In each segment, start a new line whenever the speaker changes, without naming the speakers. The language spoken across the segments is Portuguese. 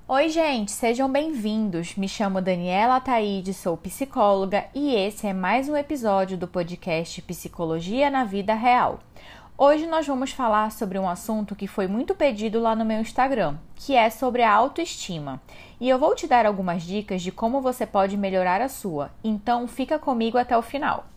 Oi, gente, sejam bem-vindos. Me chamo Daniela Ataide, sou psicóloga e esse é mais um episódio do podcast Psicologia na Vida Real. Hoje nós vamos falar sobre um assunto que foi muito pedido lá no meu Instagram, que é sobre a autoestima. E eu vou te dar algumas dicas de como você pode melhorar a sua, então fica comigo até o final.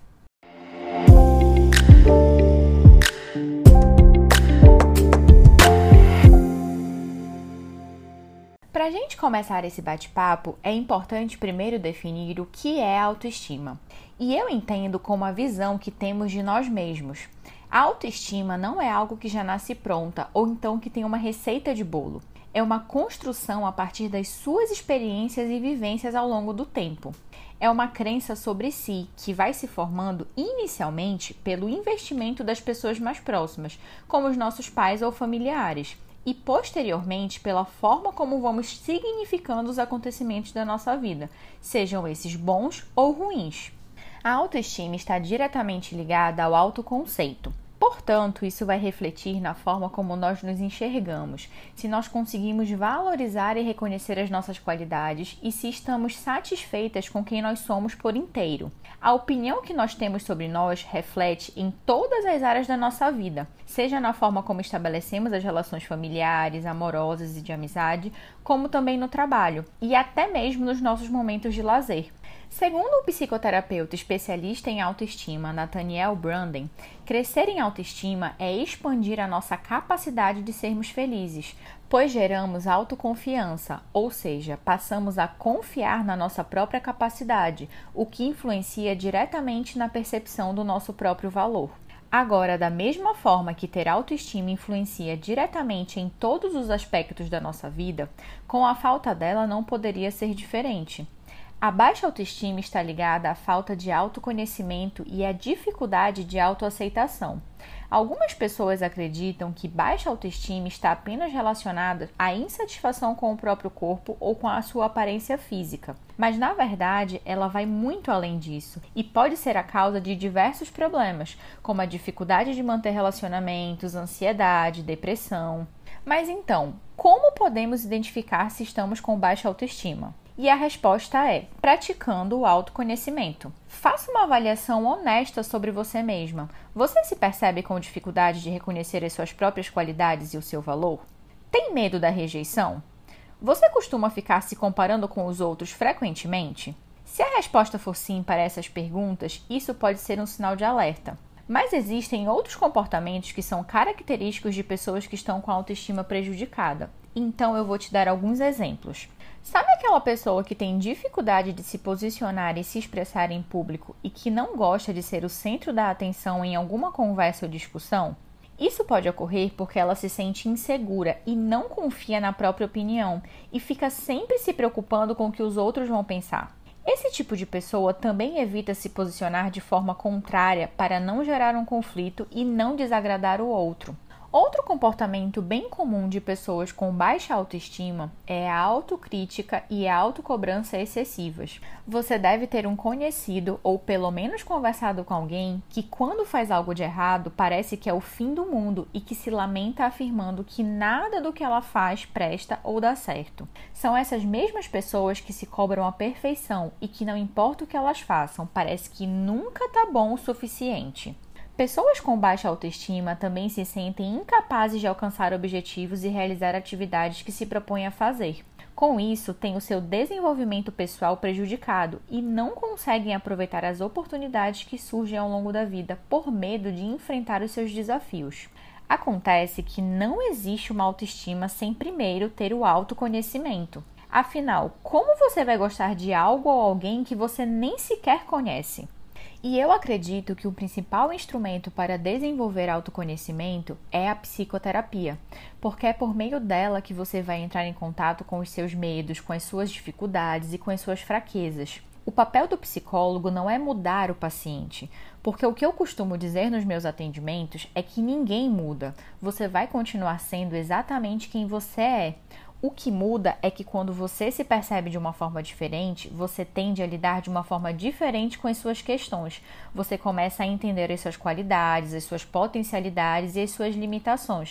Para a gente começar esse bate-papo, é importante primeiro definir o que é autoestima. E eu entendo como a visão que temos de nós mesmos. A autoestima não é algo que já nasce pronta ou então que tem uma receita de bolo. É uma construção a partir das suas experiências e vivências ao longo do tempo. É uma crença sobre si que vai se formando inicialmente pelo investimento das pessoas mais próximas, como os nossos pais ou familiares, e posteriormente pela forma como vamos significando os acontecimentos da nossa vida, sejam esses bons ou ruins. A autoestima está diretamente ligada ao autoconceito. Portanto, isso vai refletir na forma como nós nos enxergamos, se nós conseguimos valorizar e reconhecer as nossas qualidades e se estamos satisfeitas com quem nós somos por inteiro. A opinião que nós temos sobre nós reflete em todas as áreas da nossa vida, seja na forma como estabelecemos as relações familiares, amorosas e de amizade, como também no trabalho e até mesmo nos nossos momentos de lazer. Segundo o psicoterapeuta especialista em autoestima, Nathaniel Branden, crescer em autoestima é expandir a nossa capacidade de sermos felizes, pois geramos autoconfiança, ou seja, passamos a confiar na nossa própria capacidade, o que influencia diretamente na percepção do nosso próprio valor. Agora, da mesma forma que ter autoestima influencia diretamente em todos os aspectos da nossa vida, com a falta dela não poderia ser diferente. A baixa autoestima está ligada à falta de autoconhecimento e à dificuldade de autoaceitação. Algumas pessoas acreditam que baixa autoestima está apenas relacionada à insatisfação com o próprio corpo ou com a sua aparência física, mas na verdade ela vai muito além disso e pode ser a causa de diversos problemas, como a dificuldade de manter relacionamentos, ansiedade, depressão. Mas então, como podemos identificar se estamos com baixa autoestima? E a resposta é praticando o autoconhecimento. Faça uma avaliação honesta sobre você mesma. Você se percebe com dificuldade de reconhecer as suas próprias qualidades e o seu valor? Tem medo da rejeição? Você costuma ficar se comparando com os outros frequentemente? Se a resposta for sim para essas perguntas, isso pode ser um sinal de alerta. Mas existem outros comportamentos que são característicos de pessoas que estão com a autoestima prejudicada. Então eu vou te dar alguns exemplos. Sabe aquela pessoa que tem dificuldade de se posicionar e se expressar em público e que não gosta de ser o centro da atenção em alguma conversa ou discussão? Isso pode ocorrer porque ela se sente insegura e não confia na própria opinião e fica sempre se preocupando com o que os outros vão pensar. Esse tipo de pessoa também evita se posicionar de forma contrária para não gerar um conflito e não desagradar o outro. Outro comportamento bem comum de pessoas com baixa autoestima é a autocrítica e a autocobrança excessivas. Você deve ter um conhecido ou pelo menos conversado com alguém que quando faz algo de errado parece que é o fim do mundo e que se lamenta afirmando que nada do que ela faz presta ou dá certo. São essas mesmas pessoas que se cobram a perfeição e que não importa o que elas façam, parece que nunca tá bom o suficiente. Pessoas com baixa autoestima também se sentem incapazes de alcançar objetivos e realizar atividades que se propõem a fazer. Com isso, têm o seu desenvolvimento pessoal prejudicado e não conseguem aproveitar as oportunidades que surgem ao longo da vida por medo de enfrentar os seus desafios. Acontece que não existe uma autoestima sem primeiro ter o autoconhecimento. Afinal, como você vai gostar de algo ou alguém que você nem sequer conhece? E eu acredito que o principal instrumento para desenvolver autoconhecimento é a psicoterapia, porque é por meio dela que você vai entrar em contato com os seus medos, com as suas dificuldades e com as suas fraquezas. O papel do psicólogo não é mudar o paciente, porque o que eu costumo dizer nos meus atendimentos é que ninguém muda, você vai continuar sendo exatamente quem você é. O que muda é que quando você se percebe de uma forma diferente, você tende a lidar de uma forma diferente com as suas questões. Você começa a entender as suas qualidades, as suas potencialidades e as suas limitações.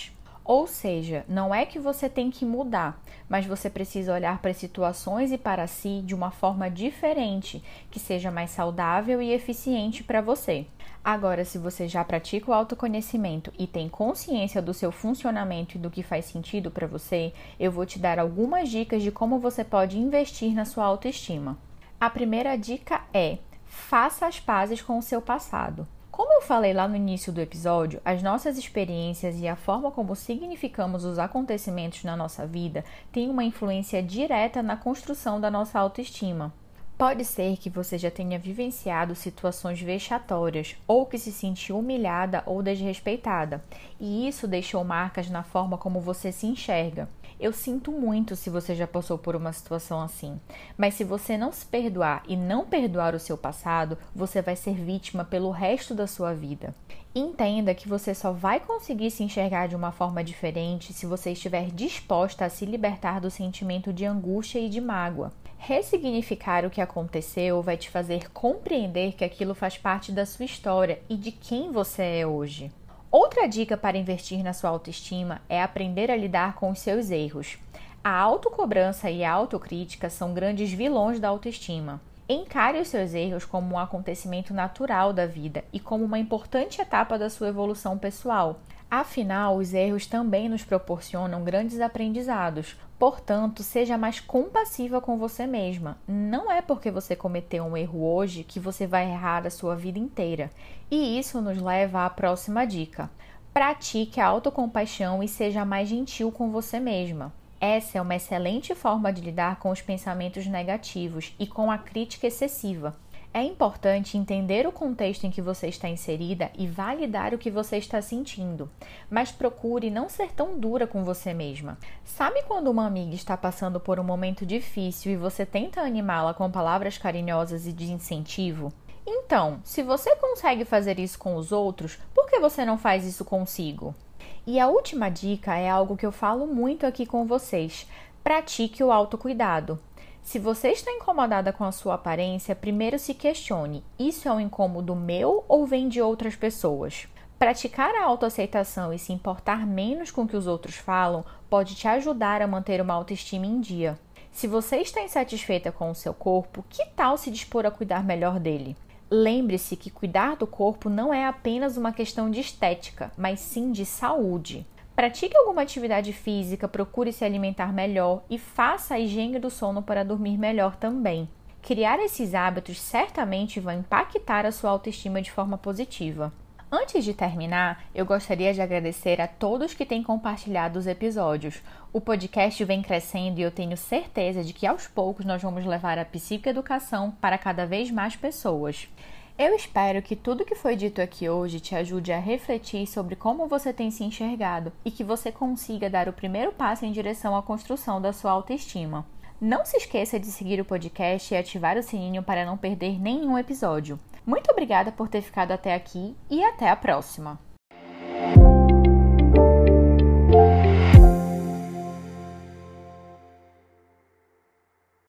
Ou seja, não é que você tem que mudar, mas você precisa olhar para as situações e para si de uma forma diferente, que seja mais saudável e eficiente para você. Agora, se você já pratica o autoconhecimento e tem consciência do seu funcionamento e do que faz sentido para você, eu vou te dar algumas dicas de como você pode investir na sua autoestima. A primeira dica é: faça as pazes com o seu passado. Como eu falei lá no início do episódio, as nossas experiências e a forma como significamos os acontecimentos na nossa vida tem uma influência direta na construção da nossa autoestima. Pode ser que você já tenha vivenciado situações vexatórias ou que se sentiu humilhada ou desrespeitada, e isso deixou marcas na forma como você se enxerga. Eu sinto muito se você já passou por uma situação assim, mas se você não se perdoar e não perdoar o seu passado, você vai ser vítima pelo resto da sua vida. Entenda que você só vai conseguir se enxergar de uma forma diferente se você estiver disposta a se libertar do sentimento de angústia e de mágoa. Ressignificar o que aconteceu vai te fazer compreender que aquilo faz parte da sua história e de quem você é hoje. Outra dica para investir na sua autoestima é aprender a lidar com os seus erros. A autocobrança e a autocrítica são grandes vilões da autoestima. Encare os seus erros como um acontecimento natural da vida e como uma importante etapa da sua evolução pessoal. Afinal, os erros também nos proporcionam grandes aprendizados. Portanto, seja mais compassiva com você mesma. Não é porque você cometeu um erro hoje que você vai errar a sua vida inteira. E isso nos leva à próxima dica. Pratique a autocompaixão e seja mais gentil com você mesma. Essa é uma excelente forma de lidar com os pensamentos negativos e com a crítica excessiva. É importante entender o contexto em que você está inserida e validar o que você está sentindo, mas procure não ser tão dura com você mesma. Sabe quando uma amiga está passando por um momento difícil e você tenta animá-la com palavras carinhosas e de incentivo? Então, se você consegue fazer isso com os outros, por que você não faz isso consigo? E a última dica é algo que eu falo muito aqui com vocês: pratique o autocuidado. Se você está incomodada com a sua aparência, primeiro se questione: isso é um incômodo meu ou vem de outras pessoas? Praticar a autoaceitação e se importar menos com o que os outros falam pode te ajudar a manter uma autoestima em dia. Se você está insatisfeita com o seu corpo, que tal se dispor a cuidar melhor dele? Lembre-se que cuidar do corpo não é apenas uma questão de estética, mas sim de saúde. Pratique alguma atividade física, procure se alimentar melhor e faça a higiene do sono para dormir melhor também. Criar esses hábitos certamente vai impactar a sua autoestima de forma positiva. Antes de terminar, eu gostaria de agradecer a todos que têm compartilhado os episódios. O podcast vem crescendo e eu tenho certeza de que aos poucos nós vamos levar a psicoeducação para cada vez mais pessoas. Eu espero que tudo que foi dito aqui hoje te ajude a refletir sobre como você tem se enxergado e que você consiga dar o primeiro passo em direção à construção da sua autoestima. Não se esqueça de seguir o podcast e ativar o sininho para não perder nenhum episódio. Muito obrigada por ter ficado até aqui e até a próxima!